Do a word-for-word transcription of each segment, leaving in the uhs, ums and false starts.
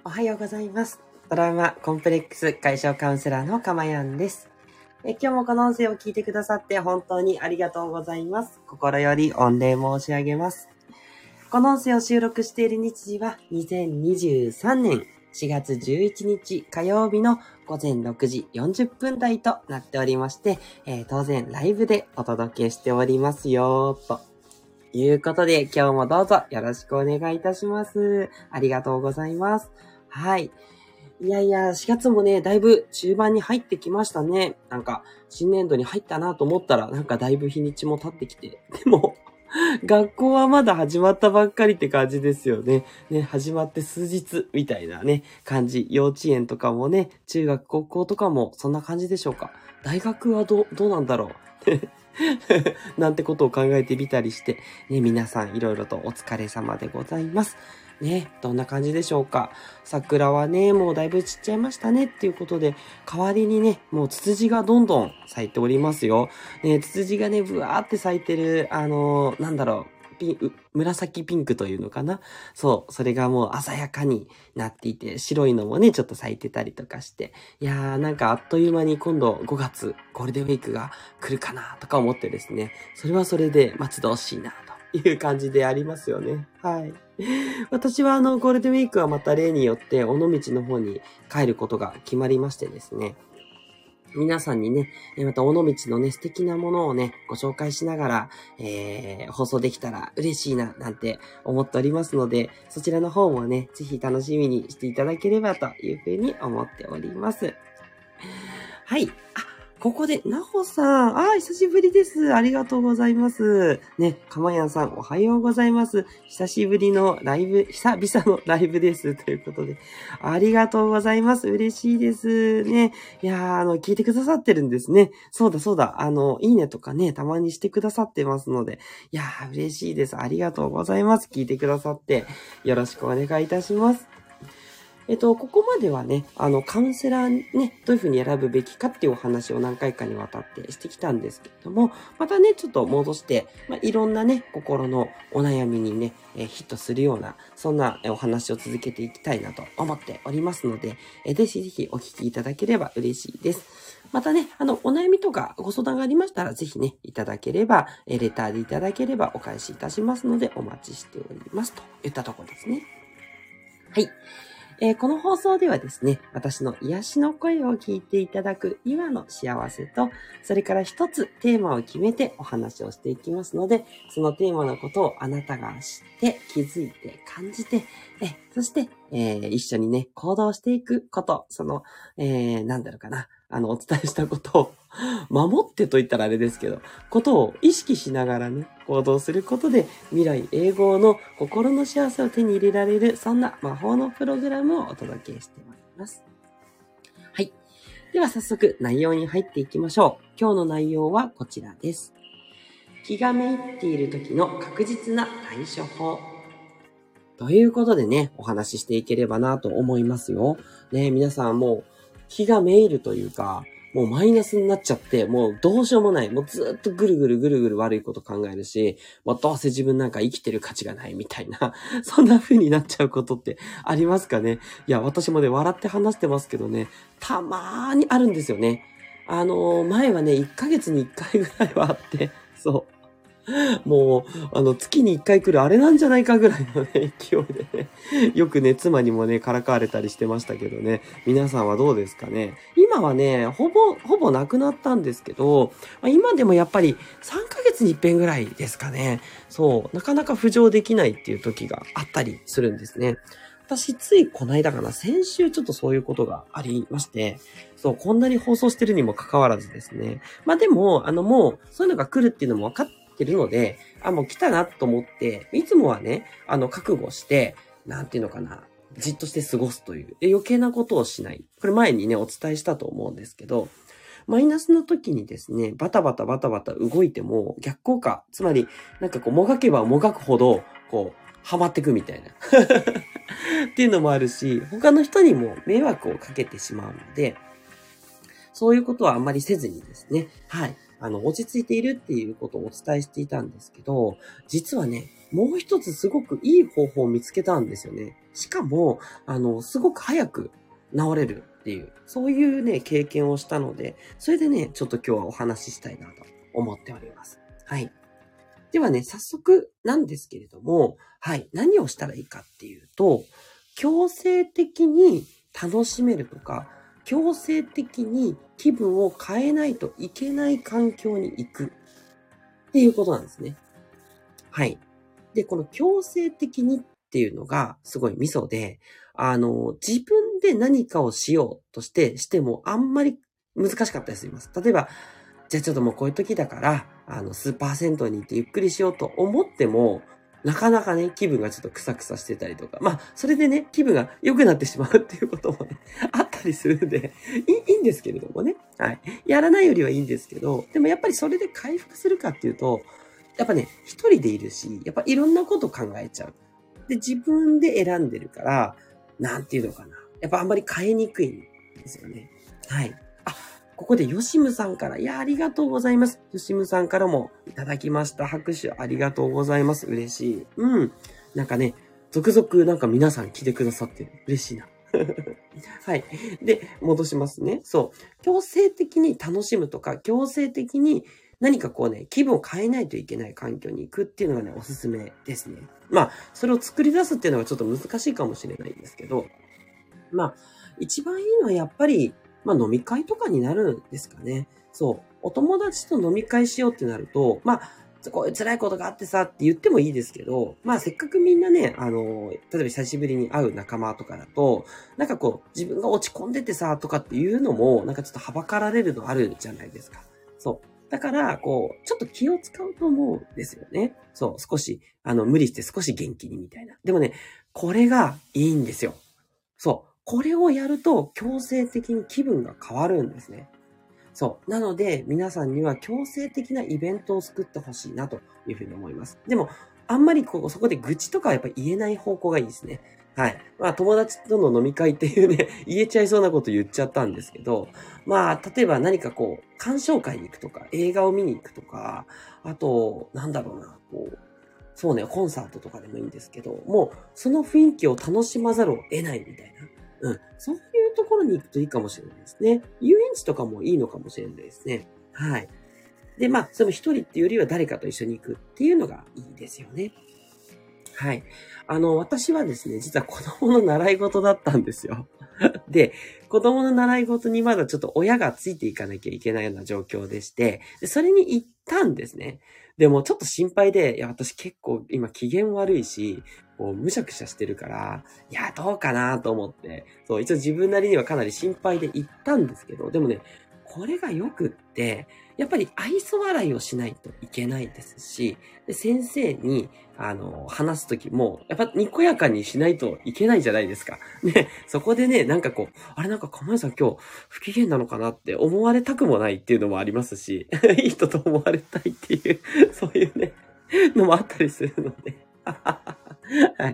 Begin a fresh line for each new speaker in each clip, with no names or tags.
おはようございます。トラウマコンプレックス解消カウンセラーのかまやんです。え今日もこの音声を聞いてくださって本当にありがとうございます。心より御礼申し上げます。この音声を収録している日時はにせんにじゅうさんねんしがつじゅういちにち火曜日のごぜんろくじよんじゅっぷん台となっておりまして、えー、当然ライブでお届けしておりますよということで、今日もどうぞよろしくお願いいたします。ありがとうございます。はい。いやいや、しがつもね、だいぶ中盤に入ってきましたね。なんか、新年度に入ったなと思ったら、なんかだいぶ日にちも経ってきて。でも、学校はまだ始まったばっかりって感じですよね。ね、始まって数日みたいなね、感じ。幼稚園とかもね、中学、高校とかもそんな感じでしょうか。大学はど、どうなんだろう。なんてことを考えてみたりして、ね、皆さんいろいろとお疲れ様でございます。ね、どんな感じでしょうか。桜はね、もうだいぶ散っちゃいましたねっていうことで、代わりにね、もうツツジがどんどん咲いておりますよ。ね、ツツジがね、ブワーって咲いてる、あのー、なんだろう、ピン、紫ピンクというのかな。そう、それがもう鮮やかになっていて、白いのもね、ちょっと咲いてたりとかして、いやー、なんかあっという間に今度ごがつ、ゴールデンウィークが来るかなとか思ってですね、それはそれで待ち遠しいなという感じでありますよね。はい。私はあの、ゴールデンウィークはまた例によって、尾道の方に帰ることが決まりましてですね。皆さんにね、また尾道のね、素敵なものをね、ご紹介しながら、えー、放送できたら嬉しいな、なんて思っておりますので、そちらの方もね、ぜひ楽しみにしていただければというふうに思っております。はい。あ、ここで、なほさん。あー、久しぶりです。ありがとうございます。ね、かまやんさん、おはようございます。久しぶりのライブ、久々のライブです。ということで、ありがとうございます。嬉しいです。ね。いやー、あの、聞いてくださってるんですね。そうだそうだ。あの、いいねとかね、たまにしてくださってますので、いやー、嬉しいです。ありがとうございます。聞いてくださって、よろしくお願いいたします。えっと、ここまではね、あの、カウンセラーね、どういうふうに選ぶべきかっていうお話を何回かにわたってしてきたんですけれども、またね、ちょっと戻して、まあ、いろんなね、心のお悩みにね、えー、ヒットするような、そんなお話を続けていきたいなと思っておりますので、えー、ぜひぜひお聞きいただければ嬉しいです。またね、あの、お悩みとかご相談がありましたら、ぜひね、いただければ、えー、レターでいただければお返しいたしますので、お待ちしております。といったところですね。はい。えー、この放送ではですね、私の癒しの声を聞いていただく今の幸せと、それから一つテーマを決めてお話をしていきますので、そのテーマのことをあなたが知って、気づいて、感じて、えそして、えー、一緒にね、行動していくこと、その、えー、なんだろうかな、あの、お伝えしたことを守ってと言ったらあれですけど、ことを意識しながらね、行動することで未来永劫の心の幸せを手に入れられる、そんな魔法のプログラムをお届けしてまいります。はい。では早速内容に入っていきましょう。今日の内容はこちらです。気がめいっている時の確実な対処法。ということでね、お話ししていければなと思いますよ。ね、皆さんもう気がめいるというか、もうマイナスになっちゃって、もうどうしようもない。もうずっとぐるぐるぐるぐる悪いこと考えるし、もうどうせ自分なんか生きてる価値がないみたいな、そんな風になっちゃうことってありますかね。いや、私もね、笑って話してますけどね、たまーにあるんですよね。あのー、前はね、いっかげつにいっかいぐらいはあって、そう。もう、あの、月にいっかい来るあれなんじゃないかぐらいのね、勢いでね、よくね、妻にもね、からかわれたりしてましたけどね、皆さんはどうですかね。今はね、ほぼ、ほぼなくなったんですけど、まあ、今でもやっぱりさんかげつに一遍ぐらいですかね。そう、なかなか浮上できないっていう時があったりするんですね。私、ついこの間かな、先週ちょっとそういうことがありまして、そう、こんなに放送してるにもかかわらずですね。まあでも、あのもう、そういうのが来るっていうのも分かってるので、あ、もう来たなと思って、いつもはね、あの、覚悟して、なんていうのかな、じっとして過ごすという、余計なことをしない。これ前にね、お伝えしたと思うんですけど、マイナスの時にですね、バタバタバタバタ動いても逆効果、つまり、なんかこう、もがけばもがくほど、こう、ハマってくみたいな。っていうのもあるし、他の人にも迷惑をかけてしまうので、そういうことはあんまりせずにですね、はい。あの、落ち着いているっていうことをお伝えしていたんですけど、実はね、 もう一つすごくいい方法を見つけたんですよね。しかも、あの、すごく早く治れるっていう、そういうね、経験をしたので、それでね、ちょっと今日はお話ししたいなと思っております。はい。ではね、早速なんですけれども、はい、何をしたらいいかっていうと、強制的に楽しめるとか、強制的に気分を変えないといけない環境に行くっていうことなんですね。はい。で、この強制的にっていうのがすごいミソで、あの、自分で何かをしようとしてしてもあんまり難しかったりします。例えば、じゃあちょっともうこういう時だから、あの、スーパー銭湯に行ってゆっくりしようと思っても、なかなかね、気分がちょっとクサクサしてたりとか、まあ、それでね、気分が良くなってしまうっていうこともね、あったりするんで、いい、いいんですけれどもね。はい。やらないよりはいいんですけど、でもやっぱりそれで回復するかっていうと、やっぱね、一人でいるし、やっぱいろんなこと考えちゃう。で、自分で選んでるから、なんていうのかな。やっぱあんまり変えにくいんですよね。はい。あ、ここでヨシムさんから、いや、ありがとうございます。ヨシムさんからもいただきました。拍手ありがとうございます。嬉しい。うん。なんかね、続々なんか皆さん来てくださってる。嬉しいな。はい。で、戻しますね。そう。強制的に楽しむとか、強制的に何かこうね、気分を変えないといけない環境に行くっていうのがね、おすすめですね。まあ、それを作り出すっていうのがちょっと難しいかもしれないんですけど、まあ、一番いいのはやっぱり、まあ飲み会とかになるんですかね。そう。お友達と飲み会しようってなると、まあ、こういう辛いことがあってさって言ってもいいですけど、まあせっかくみんなね、あの、例えば久しぶりに会う仲間とかだと、なんかこう、自分が落ち込んでてさ、とかっていうのも、なんかちょっとはばかられるのあるじゃないですか。そう。だから、こう、ちょっと気を使うと思うんですよね。そう、少し、あの、無理して少し元気にみたいな。でもね、これがいいんですよ。そう。これをやると強制的に気分が変わるんですね。そう。なので、皆さんには強制的なイベントを作ってほしいなというふうに思います。でも、あんまりこう、そこで愚痴とかはやっぱ言えない方向がいいですね。はい。まあ、友達との飲み会っていうね、言えちゃいそうなこと言っちゃったんですけど、まあ、例えば何かこう、鑑賞会に行くとか、映画を見に行くとか、あと、なんだろうな、こう、そうね、コンサートとかでもいいんですけど、もう、その雰囲気を楽しまざるを得ないみたいな。うん。そういうところに行くといいかもしれないですね。遊園地とかもいいのかもしれないですね。はい。で、まあ、その一人っていうよりは誰かと一緒に行くっていうのがいいですよね。はい。あの、私はですね、実は子供の習い事だったんですよ。で、子供の習い事にまだちょっと親がついていかなきゃいけないような状況でして、でそれに行ったんですね。でもちょっと心配で、いや、私結構今機嫌悪いし、こうむしゃくしゃしてるから、いや、どうかなと思って、そう、一応自分なりにはかなり心配で行ったんですけど、でもね、これがよくって、やっぱり愛想笑いをしないといけないですし、で先生に、あの、話すときも、やっぱにこやかにしないといけないじゃないですか。ね、そこでね、なんかこう、あれなんかかまやさん今日不機嫌なのかなって思われたくもないっていうのもありますし、いい人と思われたいっていう、そういうね、のもあったりするので。はい。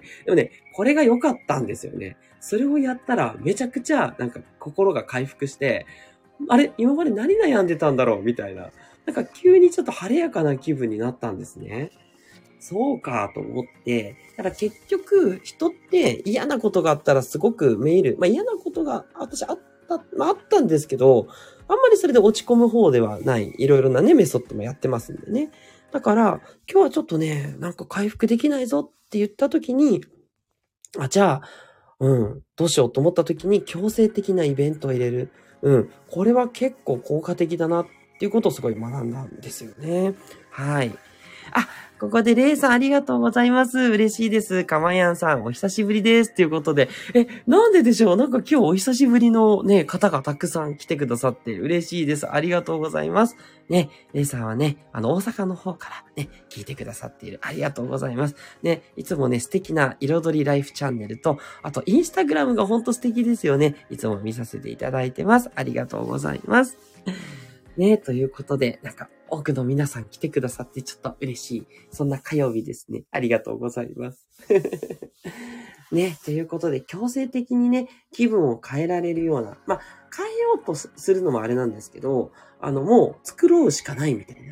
でもね、これが良かったんですよね。それをやったらめちゃくちゃなんか心が回復して、あれ今まで何悩んでたんだろうみたいな。なんか急にちょっと晴れやかな気分になったんですね。そうかと思って、だから結局人って嫌なことがあったらすごくメール、まあ嫌なことが私あった、まああったんですけど、あんまりそれで落ち込む方ではない。いろいろなね、メソッドもやってますんでね。だから、今日はちょっとね、なんか回復できないぞって言った時に、あ、じゃあ、うん、どうしようと思った時に強制的なイベントを入れる。うん、これは結構効果的だなっていうことをすごい学んだんですよね。はい。あ、ここでレイさんありがとうございます。嬉しいです。かまやんさんお久しぶりです。ということで。え、なんででしょうなんか今日お久しぶりのね、方がたくさん来てくださって嬉しいです。ありがとうございます。ね、レイさんはね、あの、大阪の方からね、聞いてくださっている。ありがとうございます。ね、いつもね、素敵な彩りライフチャンネルと、あと、インスタグラムがほんと素敵ですよね。いつも見させていただいてます。ありがとうございます。ね、ということで、なんか、多くの皆さん来てくださってちょっと嬉しい。そんな火曜日ですね。ありがとうございます。ね、ということで、強制的にね、気分を変えられるような、まあ、変えようとするのもあれなんですけど、あの、もう作ろうしかないみたいな。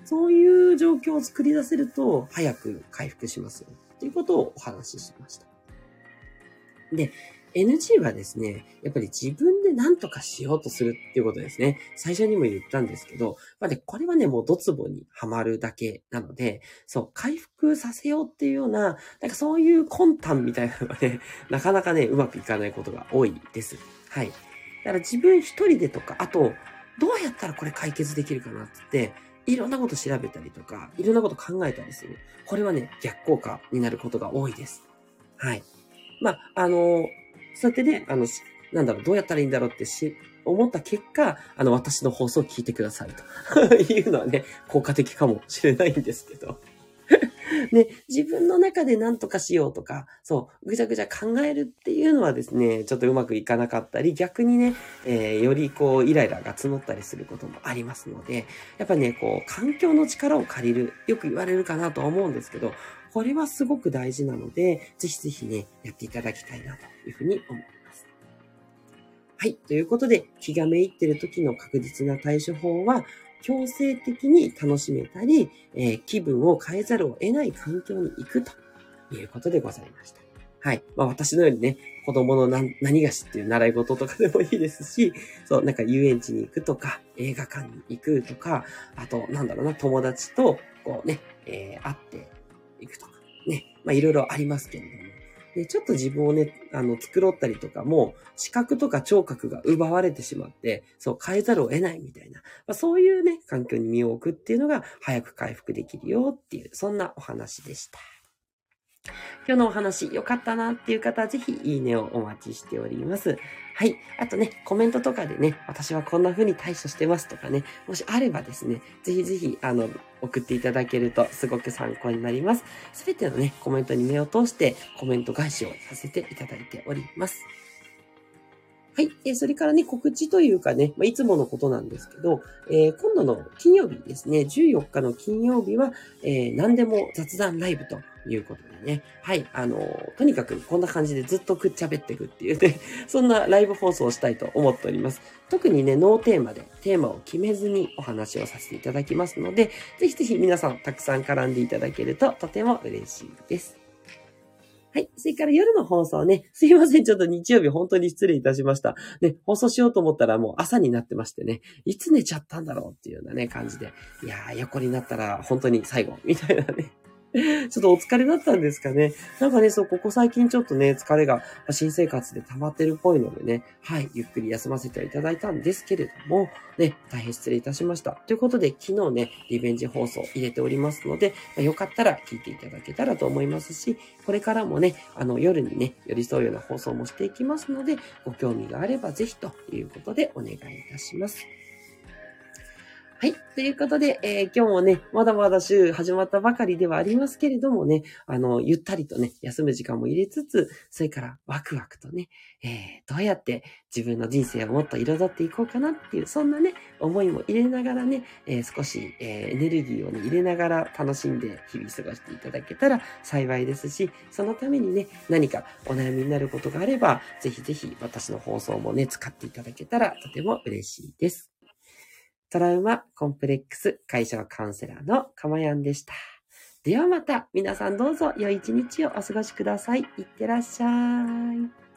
そういう状況を作り出せると、早く回復しますよ。ということをお話ししました。で、エヌジー はですね、やっぱり自分で何とかしようとするっていうことですね。最初にも言ったんですけど、まあね、これはね、もうドツボにはまるだけなので、そう、回復させようっていうような、なんかそういう魂胆みたいなのがね、なかなかね、うまくいかないことが多いです。はい。だから自分一人でとか、あと、どうやったらこれ解決できるかなって言って、いろんなこと調べたりとか、いろんなこと考えたりする。これはね、逆効果になることが多いです。はい。まあ、あの、そうやってね、あの、なんだろう、どうやったらいいんだろうってし、思った結果、あの、私の放送を聞いてくださいというのはね、効果的かもしれないんですけど。ね、自分の中で何とかしようとか、そう、ぐちゃぐちゃ考えるっていうのはですね、ちょっとうまくいかなかったり、逆にね、えー、よりこう、イライラが募ったりすることもありますので、やっぱりね、こう、環境の力を借りる、よく言われるかなとは思うんですけど、これはすごく大事なので、ぜひぜひね、やっていただきたいなというふうに思います。はい。ということで、気がめいってる時の確実な対処法は、強制的に楽しめたり、えー、気分を変えざるを得ない環境に行くということでございました。はい。まあ私のようにね、子供の何何がしっていう習い事とかでもいいですし、そう、なんか遊園地に行くとか、映画館に行くとか、あと、なんだろうな、友達と、こうね、えー、会って行くとか、ね。まあいろいろありますけれども。で、ちょっと自分をね、あの、繕ったりとかも、視覚とか聴覚が奪われてしまって、そう、変えざるを得ないみたいな、まあ、そういうね、環境に身を置くっていうのが、早く回復できるよっていう、そんなお話でした。今日のお話良かったなっていう方はぜひいいねをお待ちしております。はい。あとね、コメントとかでね、私はこんな風に対処してますとかね、もしあればですね、ぜひぜひ、あの、送っていただけるとすごく参考になります。すべてのね、コメントに目を通してコメント返しをさせていただいております。はい。えー、それからね、告知というかね、まあ、いつものことなんですけど、えー、今度の金曜日ですね、じゅうよっかの金曜日は、えー、何でも雑談ライブということでね、はい。あのー、とにかくこんな感じでずっとくっちゃべっていくっていうね、そんなライブ放送をしたいと思っております。特にね、ノーテーマでテーマを決めずにお話をさせていただきますので、ぜひぜひ皆さんたくさん絡んでいただけるととても嬉しいです。はい。それから夜の放送ね。すいません。ちょっと日曜日本当に失礼いたしました。ね、放送しようと思ったらもう朝になってましてね。いつ寝ちゃったんだろうっていうようなね、感じで。いやー、横になったら本当に最後、みたいなね。ちょっとお疲れだったんですかね。なんかね、そう、ここ最近ちょっとね、疲れが新生活で溜まってるっぽいのでね、はい、ゆっくり休ませていただいたんですけれども、ね、大変失礼いたしました。ということで、昨日ね、リベンジ放送入れておりますので、まあ、よかったら聞いていただけたらと思いますし、これからもね、あの、夜にね、寄り添うような放送もしていきますので、ご興味があればぜひということでお願いいたします。はい。ということで、えー、今日もね、まだまだ週始まったばかりではありますけれどもね、あの、ゆったりとね、休む時間も入れつつ、それからワクワクとね、えー、どうやって自分の人生をもっと彩っていこうかなっていう、そんなね、思いも入れながらね、えー、少し、えー、エネルギーをね、入れながら楽しんで日々過ごしていただけたら幸いですし、そのためにね、何かお悩みになることがあれば、ぜひぜひ私の放送もね、使っていただけたらとても嬉しいです。トラウマコンプレックス解消カウンセラーのかまやんでした。ではまた皆さんどうぞ良い一日をお過ごしください。いってらっしゃい。